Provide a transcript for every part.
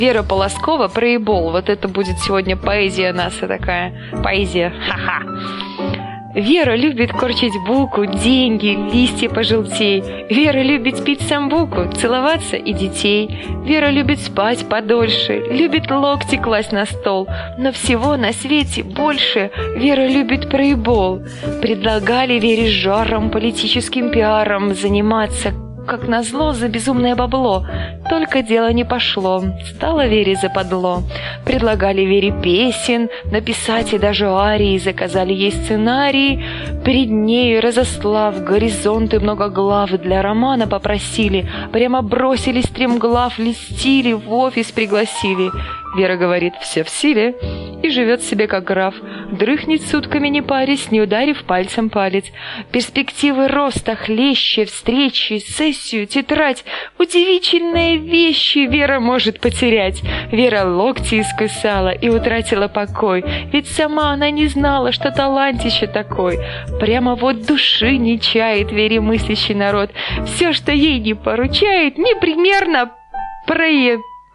Вера Полоскова «Проебол». Вот это будет сегодня поэзия наша такая. Поэзия. Ха-ха. Вера любит корчить булку, деньги, листья пожелтей. Вера любит пить самбуку, целоваться и детей. Вера любит спать подольше, любит локти класть на стол. Но всего на свете больше Вера любит проебол. Предлагали Вере с жаром, политическим пиаром заниматься, как назло, за безумное бабло. Только дело не пошло, стало Вере западло. Предлагали Вере песен написать и даже арии, заказали ей сценарий. Перед нею, разослав горизонты много глав, для романа попросили. Прямо бросили стремглав, листили, в офис пригласили. Вера говорит, все в силе, и живет себе как граф. Дрыхнет сутками не парясь, не ударив пальцем палец. Перспективы роста, хлеще, встречи, сессию, тетрадь. Удивительные вещи Вера может потерять. Вера локти искусала и утратила покой. Ведь сама она не знала, что талантище такой. Прямо вот души не чает Вере мыслящий народ. Все, что ей не поручает, непремерно проебет.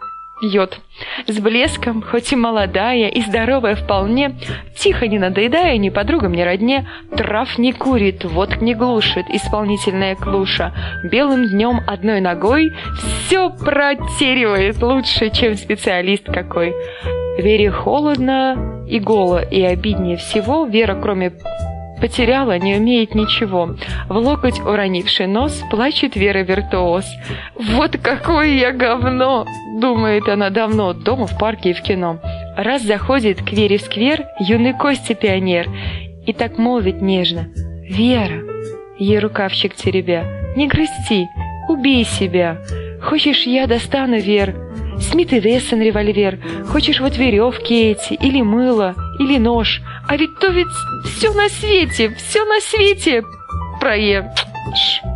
С блеском, хоть и молодая и здоровая вполне, тихо не надоедая ни подругам, ни родне, трав не курит, водк не глушит, исполнительная клуша. Белым днем одной ногой все протеривает лучше, чем специалист какой. Вере холодно и голо, и обиднее всего Вера, кроме потеряла, не умеет ничего. В локоть уронивший нос, плачет Вера виртуоз. «Вот какое я говно!» — думает она давно, дома, в парке и в кино. Раз заходит к Вере в сквер юный Костя пионер и так молвит нежно: «Вера!» Ей рукавчик теребя: «Не грусти, убей себя. Хочешь, я достану, Вер, Смит и Вессон револьвер. Хочешь, вот веревки эти, или мыло, или нож. А ведь то ведь все на свете проешь».